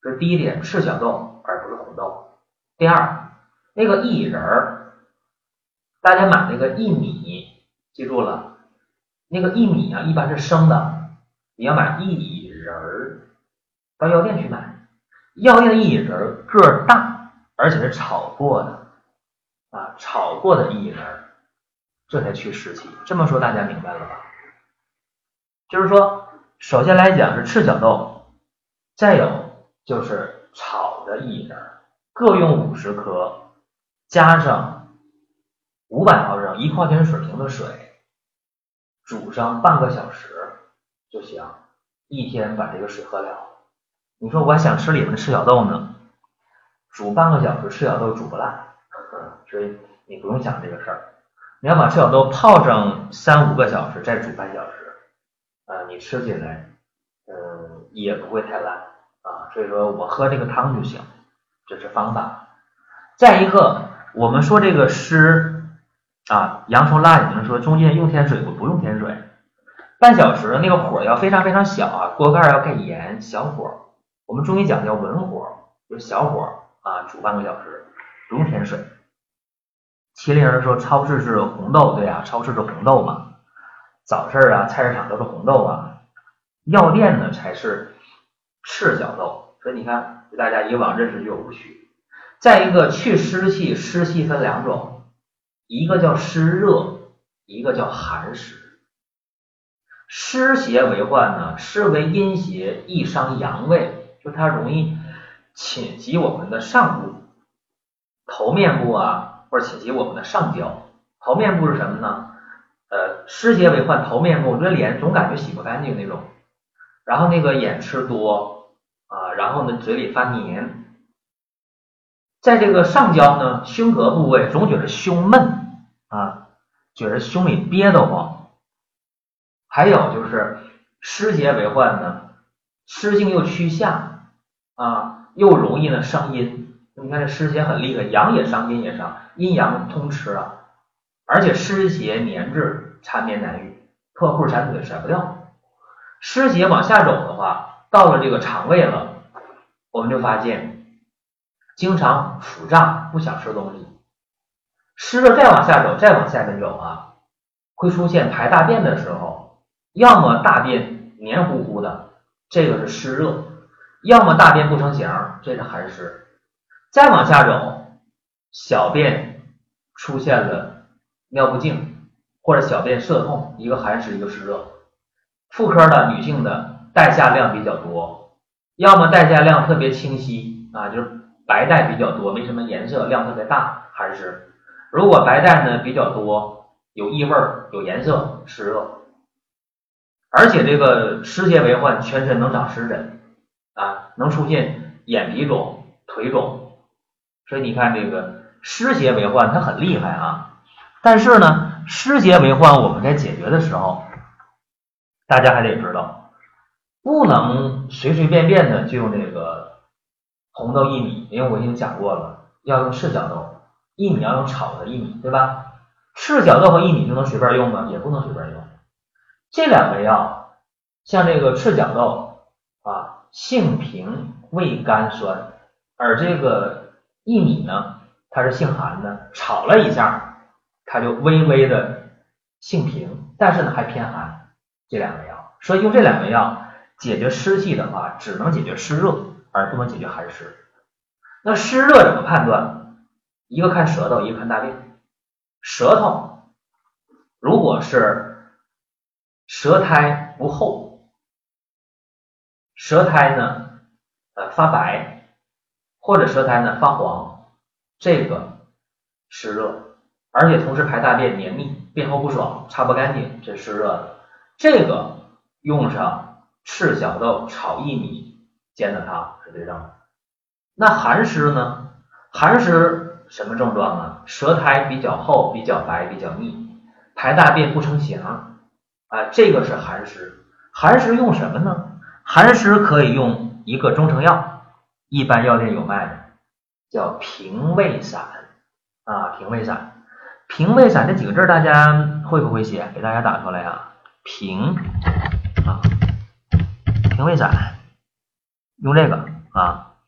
这是第一点，赤小豆而不是红豆。第二，那个薏仁儿，大家买那个薏米，记住了，那个薏米啊一般是生的，你要买薏仁儿，到药店去买。药店的薏仁儿个儿大，而且是炒过的啊，炒过的薏仁儿，这才去湿气。这么说大家明白了吧？就是说，首先来讲是赤小豆，再有就是炒的薏仁，各用五十克，加上五百毫升一矿泉水瓶的水，煮上半个小时就行，一天把这个水喝了。你说我想吃里面的赤小豆呢，煮半个小时赤小豆煮不烂，所以你不用想这个事儿。你要把赤小豆泡上三五个小时，再煮半小时，啊、呃，你吃起来，嗯，也不会太烂啊。所以说我喝这个汤就行，这是方法。再一个，我们说这个湿啊，阳春辣已经说中间用添水不不用添水，半小时那个火要非常非常小啊，锅盖要盖严，小火。我们中医讲叫文火，就是小火啊，煮半个小时，不用添水。麒麟人说超市是红豆，对啊，超市是红豆嘛，早市啊菜市场都是红豆啊，药店呢才是赤小豆。所以你看大家以往认识就有误区。再一个，去湿气，湿气分两种，一个叫湿热，一个叫寒湿。湿邪为患呢，湿为阴邪，易伤阳位，就它容易侵袭我们的上部，头面部啊，或者侵袭我们的上焦。头面部是什么呢？呃，湿邪为患头面部，这脸总感觉洗不干净那种，然后那个眼吃多啊，然后呢嘴里发黏。在这个上焦呢，胸膈部位总觉得胸闷啊，觉得胸里憋得慌。还有就是湿邪为患呢，湿性又趋下啊，又容易呢伤阴。你看这湿邪很厉害，阳也伤，阴也伤，阴阳通吃啊。而且湿邪黏滞，缠绵难愈，破裤缠腿甩不掉。湿邪往下走的话，到了这个肠胃了，我们就发现经常腹胀，不想吃东西。湿热再往下走，再往下边走啊，会出现排大便的时候，要么大便黏糊糊的，这个是湿热；要么大便不成形，这是寒湿。再往下走，小便出现了尿不尽或者小便涩痛，一个寒湿一个湿热。妇科的女性的带下量比较多，要么带下量特别清晰啊，就是白带比较多，没什么颜色，量特别大，寒湿。如果白带呢比较多，有异味有颜色，湿热。而且这个湿邪为患，全身能长湿疹啊，能出现眼皮肿、腿肿。所以你看这个湿邪为患它很厉害啊。但是呢，湿邪为患我们在解决的时候，大家还得知道，不能随随便便的就用这个红豆薏米，因为我已经讲过了，要用赤小豆，薏米要用炒的薏米，对吧？赤小豆和薏米就能随便用吗？也不能随便用。这两味药，像这个赤小豆啊，性平味甘酸，而这个薏米呢，它是性寒的，炒了一下，它就微微的性平，但是呢还偏寒。这两味药，所以用这两味药解决湿气的话，只能解决湿热，而不能解决寒湿。那湿热怎么判断？一个看舌头，一个看大便。舌头如果是舌苔不厚，舌苔呢呃发白，或者舌苔呢发黄，这个湿热，而且同时排大便黏腻，便后不爽，擦不干净，这湿热的。这个用上赤小豆炒薏米煎的汤是对症的。那寒湿呢？寒湿什么症状啊？舌苔比较厚，比较白，比较腻，排大便不成形啊，这个是寒湿。寒湿用什么呢？寒湿可以用一个中成药，一般药店有卖的，叫平胃散啊，平胃散。平胃散这几个字大家会不会写？给大家打出来啊。平啊，平胃散，用这个啊，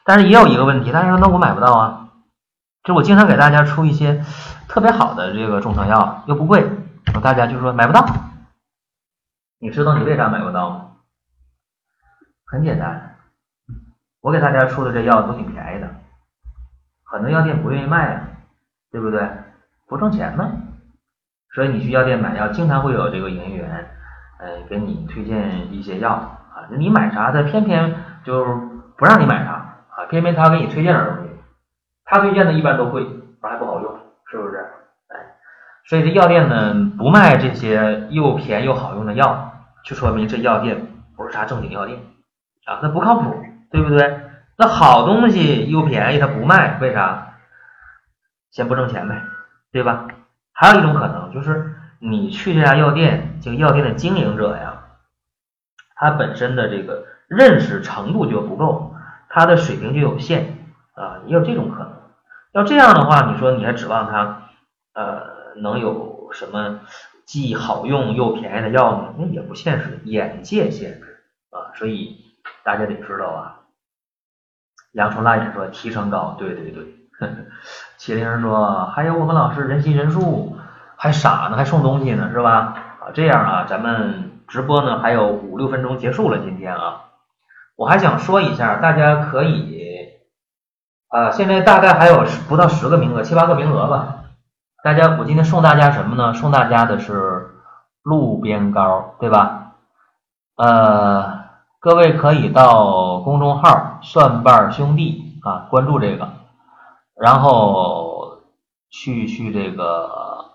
但是也有一个问题，大家说那我买不到啊，就我经常给大家出一些特别好的这个中成药，又不贵，大家就说买不到。你知道你为啥买不到吗？很简单，我给大家出的这药都挺便宜的，很多药店不愿意卖啊，对不对？不挣钱呢。所以你去药店买药，经常会有这个营业员呃给你推荐一些药啊，你买啥他偏偏就不让你买啥啊，偏偏他给你推荐点东西，他推荐的一般都贵，还不好用，是不是？哎，所以这药店呢不卖这些又便宜又好用的药，就说明这药店不是啥正经药店啊，那不靠谱，对不对？那好东西又便宜他不卖，为啥？先不挣钱呗，对吧？还有一种可能就是你去这家药店，这个药店的经营者呀，他本身的这个认识程度就不够，他的水平就有限啊，也有这种可能。要这样的话，你说你还指望他呃能有什么既好用又便宜的药呢？那也不现实，眼界限制啊，所以大家得知道啊。杨春辣眼说提成高，对对对。麒麟人说还有我们老师人心人数，还傻呢，还送东西呢，是吧？啊，这样啊，咱们直播呢还有五六分钟结束了，今天啊，我还想说一下，大家可以啊，现在大概还有不到十个名额，七八个名额吧。大家，我今天送大家什么呢？送大家的是路边膏，对吧？呃，各位可以到公众号蒜瓣兄弟啊，关注这个。然后去去这个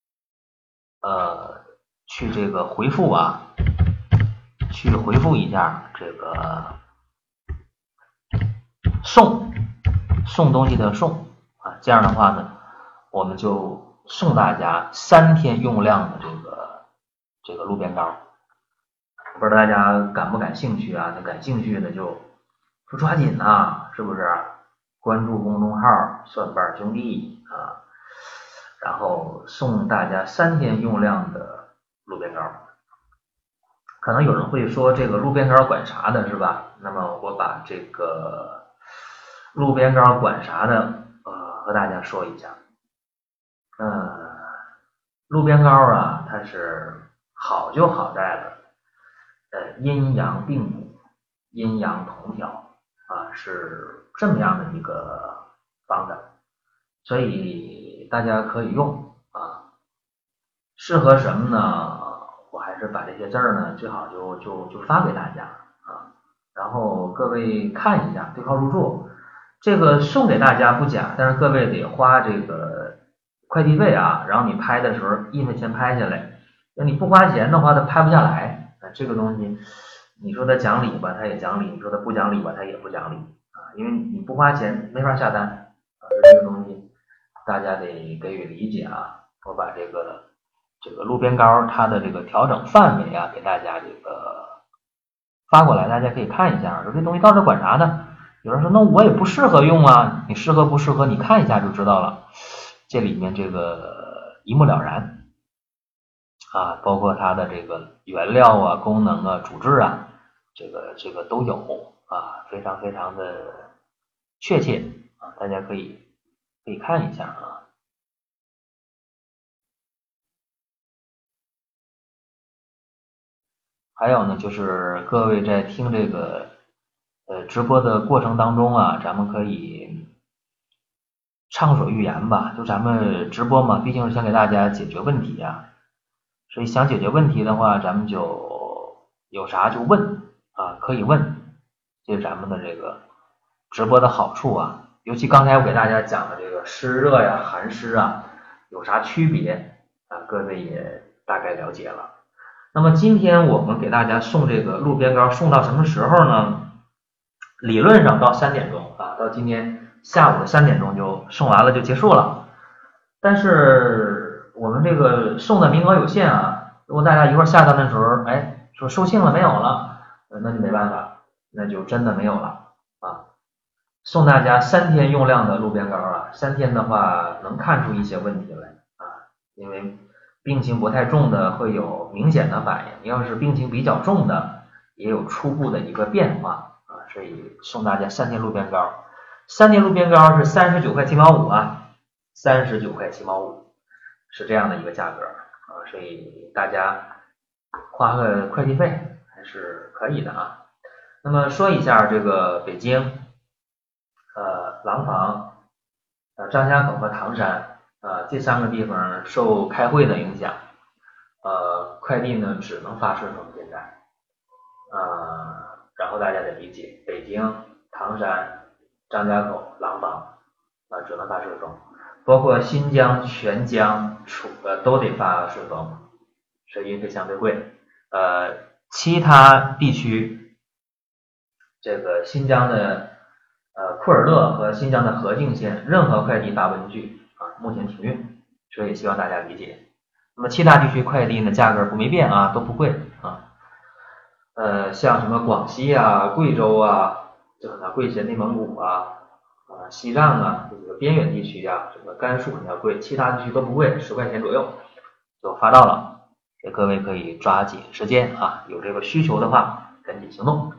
呃去这个回复啊，去回复一下这个送送东西的送啊，这样的话呢，我们就送大家三天用量的这个这个路边膏。不知道大家感不感兴趣啊？那感兴趣的就就抓紧呐，是不是？关注公众号蒜瓣兄弟啊，然后送大家三天用量的路边膏。可能有人会说这个路边膏管啥的，是吧？那么我把这个路边膏管啥的呃和大家说一下。呃路边膏啊，它是好就好在了呃阴阳并补，阴阳同调啊，是这么样的一个方法，所以大家可以用啊。适合什么呢？我还是把这些字儿呢，最好就就就发给大家啊，然后各位看一下，对号入座。这个送给大家不假，但是各位得花这个快递费啊，然后你拍的时候印的钱拍下来，那你不花钱的话，它拍不下来啊。这个东西，你说它讲理吧，它也讲理；你说它不讲理吧，它也不讲理。因为你不花钱没法下单啊，这个东西大家得给予理解啊。我把这个这个路边膏它的这个调整范围啊给大家这个发过来，大家可以看一下，说这东西到底管啥呢？有人说那我也不适合用啊，你适合不适合你看一下就知道了，这里面这个一目了然啊，包括它的这个原料啊、功能啊、主治啊，这个这个都有啊，非常非常的确切啊，大家可以可以看一下啊。还有呢，就是各位在听这个呃直播的过程当中啊，咱们可以畅所欲言吧，就咱们直播嘛，毕竟是想给大家解决问题啊，所以想解决问题的话，咱们就有啥就问啊，可以问，这是咱们的这个直播的好处啊。尤其刚才我给大家讲的这个湿热呀、寒湿啊有啥区别啊，各位也大概了解了。那么今天我们给大家送这个路边膏送到什么时候呢？理论上到三点钟啊，到今天下午的三点钟就送完了就结束了。但是我们这个送的名额有限啊，如果大家一会儿下单的时候，哎，说售罄了没有了，那就没办法，那就真的没有了啊。送大家三天用量的路边膏啊，三天的话能看出一些问题来啊，因为病情不太重的会有明显的反应，要是病情比较重的也有初步的一个变化啊， 所以送大家三天路边糕。三天路边糕是三十九块七毛五啊，三十九块七毛五是这样的一个价格啊，所以大家花个快递费还是可以的啊。那么说一下这个北京呃廊坊、呃张家口和唐山呃这三个地方受开会的影响，呃快递呢只能发顺丰现在，呃然后大家得理解，北京、唐山、张家口、廊坊啊、呃、只能发顺丰，包括新疆、全疆、楚呃都得发顺丰，所以运费相对贵。呃其他地区，这个新疆的呃库尔勒和新疆的和静县，任何快递发不进去啊，目前停运，所以希望大家理解。那么其他地区快递呢，价格不没变啊，都不贵啊。呃，像什么广西啊、贵州啊，这个贵县、内蒙古啊、啊西藏啊这个边远地区啊，什么甘肃比较贵，其他地区都不贵，十块钱左右就发到了。给各位可以抓紧时间啊，有这个需求的话赶紧行动。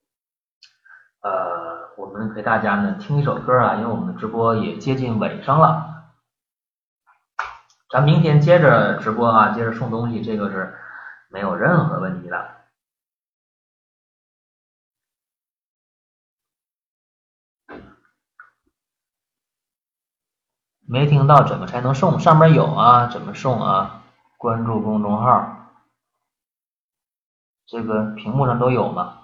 呃，我们给大家呢听一首歌啊，因为我们的直播也接近尾声了，咱明天接着直播啊，接着送东西，这个是没有任何问题的。没听到怎么才能送？上面有啊，怎么送啊？关注公众号，这个屏幕上都有嘛。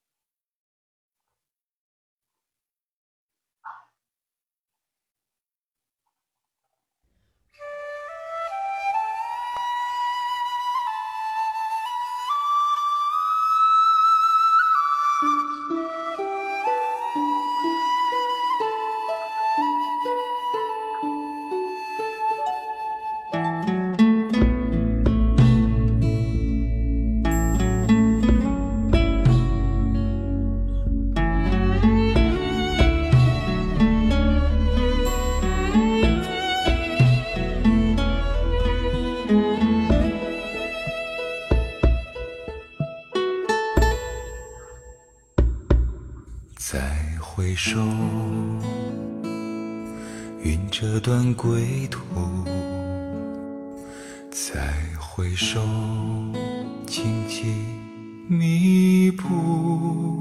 再回首，云这段归途，再回首，荆棘密布，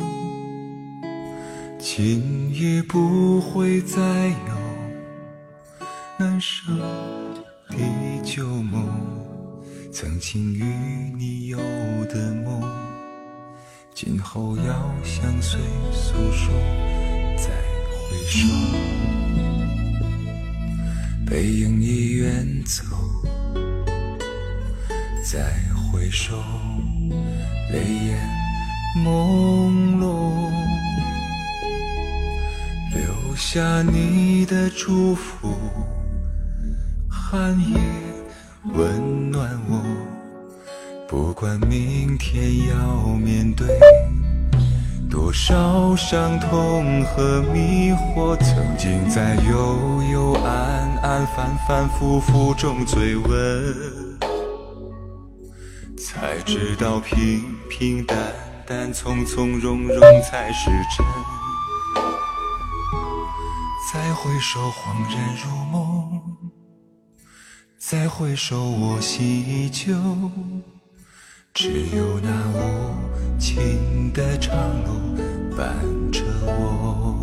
今夜不会再有难舍的旧梦，曾经与你有的梦，今后要相随诉说。再回首，背影已远走，再回首，泪眼朦胧，留下你的祝福，寒夜温暖我，不管明天要面对多少伤痛和迷惑，曾经在幽幽暗暗反反复复中追问，才知道平平淡淡从从容容才是真。再回首恍然如梦，再回首我心依旧，只有那无情的长路伴着我。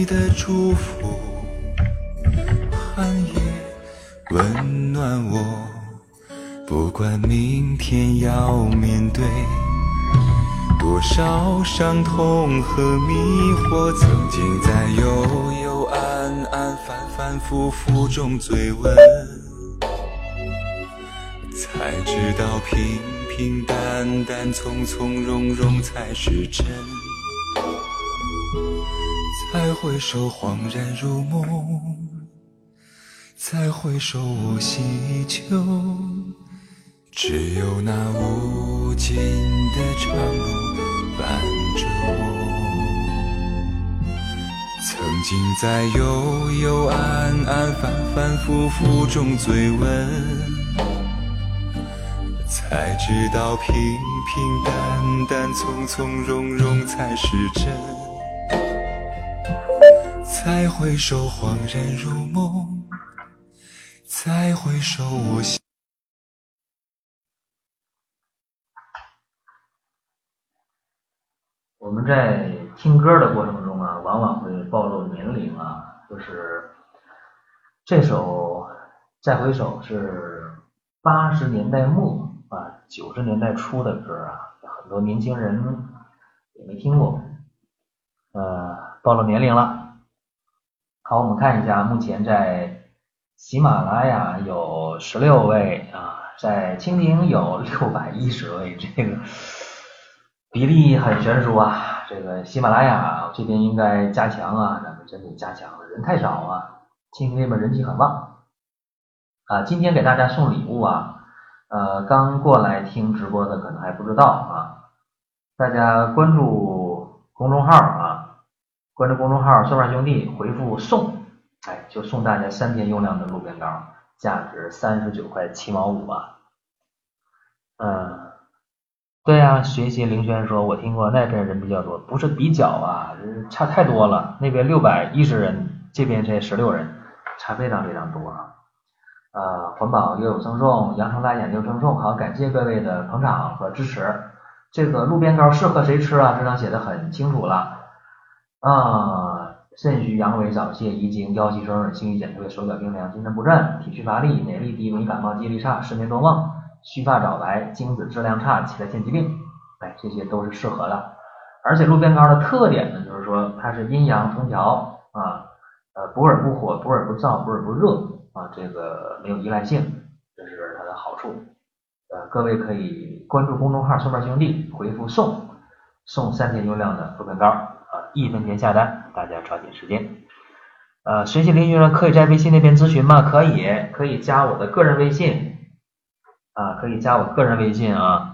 你的祝福，寒夜温暖我，不管明天要面对多少伤痛和迷惑，曾经在幽幽暗暗反反复复中追问，才知道平平淡淡从从容容才是真，再回首恍然如梦，再回首我西秋，只有那无尽的长路伴着我。曾经在幽幽暗暗反反复复中追问，才知道平平淡淡从从容容才是真，再回首恍然如梦，再回首我心。 我们在听歌的过程中啊，往往会暴露年龄啊，就是这首再回首是八十年代末啊九十年代初的歌啊，很多年轻人也没听过，呃暴露年龄了。好，我们看一下，目前在喜马拉雅有十六位啊，在蜻蜓有六百一十位，这个比例很悬殊啊，这个喜马拉雅这边应该加强啊，咱们真得加强了，人太少啊，蜻蜓这边人气很旺啊。今天给大家送礼物啊，呃，刚过来听直播的可能还不知道啊，大家关注公众号啊，关注公众号蒜瓣兄弟，回复送，哎，就送大家三天用量的路边膏，价值三十九块七毛五啊，嗯。对呀、啊，学习凌轩说，我听过那边人比较多，不是比较啊，差太多了。那边六百一十人，这边才十六人，差非常非常多啊。呃，环保又有赠送，羊城大眼又赠送，好，感谢各位的捧场和支持。这个路边膏适合谁吃啊？这张写的很清楚了啊，肾虚、阳痿、早泄、遗精、腰膝酸软、性欲减退、手脚冰凉、精神不振、体虚乏力、免疫力低、容易感冒、记忆力差、失眠多梦、须发早白、精子质量差、前列腺疾病，哎，这些都是适合的。而且路边膏的特点呢，就是说它是阴阳同调啊，呃，不热不火，不热不燥，不热不热啊，这个没有依赖性，这是它的好处。呃，各位可以关注公众号蒜瓣兄弟，回复送送三天用量的路边膏啊，一分钱下单，大家抓紧时间。呃，学习凌学生可以在微信那边咨询吗？可以，可以加我的个人微信。啊，可以加我个人微信啊，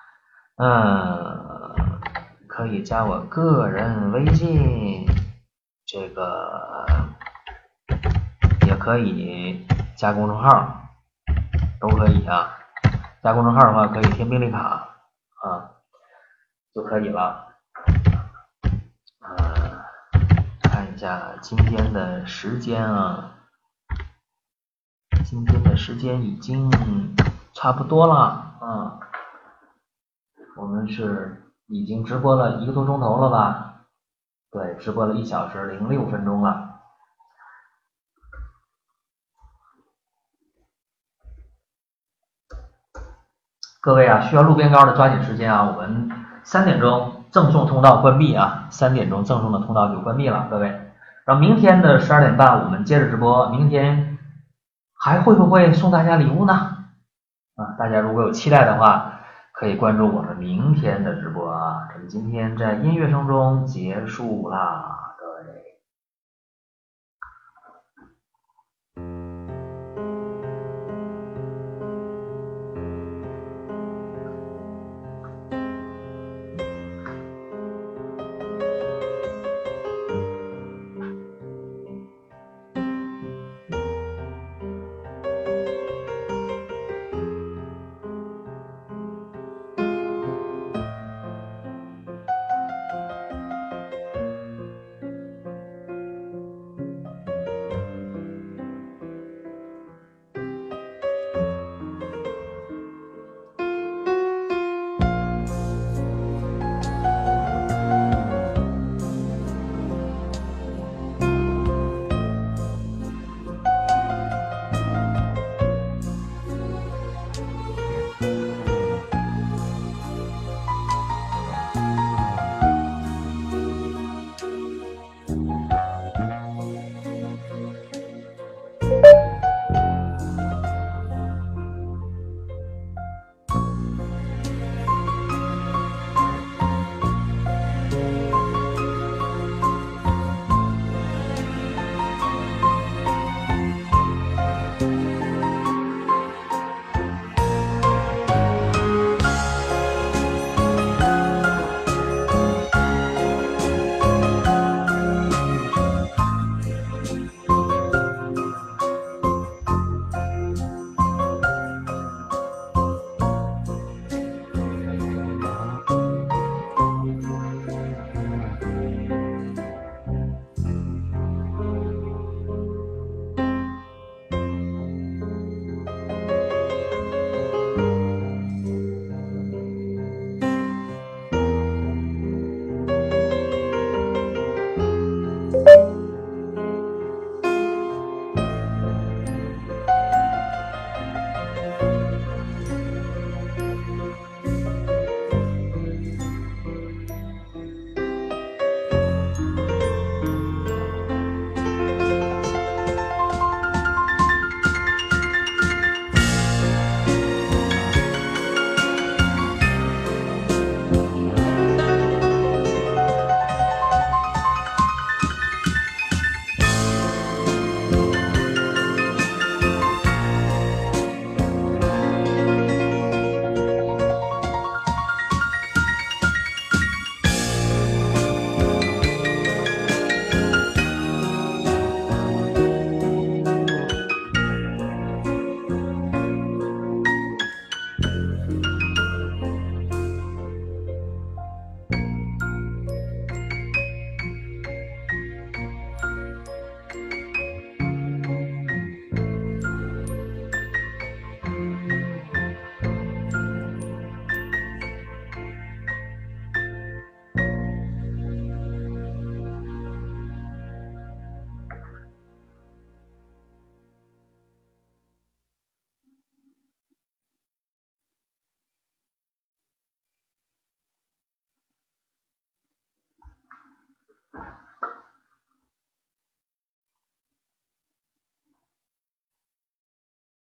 嗯，可以加我个人微信，这个也可以加公众号，都可以啊。加公众号的话，可以填病历卡啊，就可以了。呃，看一下今天的时间啊，今天的时间已经差不多了啊，我们是已经直播了一个多钟头了吧？对，直播了一小时零六分钟了。各位啊，需要路边膏的抓紧时间啊，我们三点钟赠送通道关闭啊，三点钟赠送的通道就关闭了，各位。然后明天的十二点半我们接着直播，明天还会不会送大家礼物呢？啊，大家如果有期待的话，可以关注我们明天的直播啊。咱们今天在音乐声中结束啦。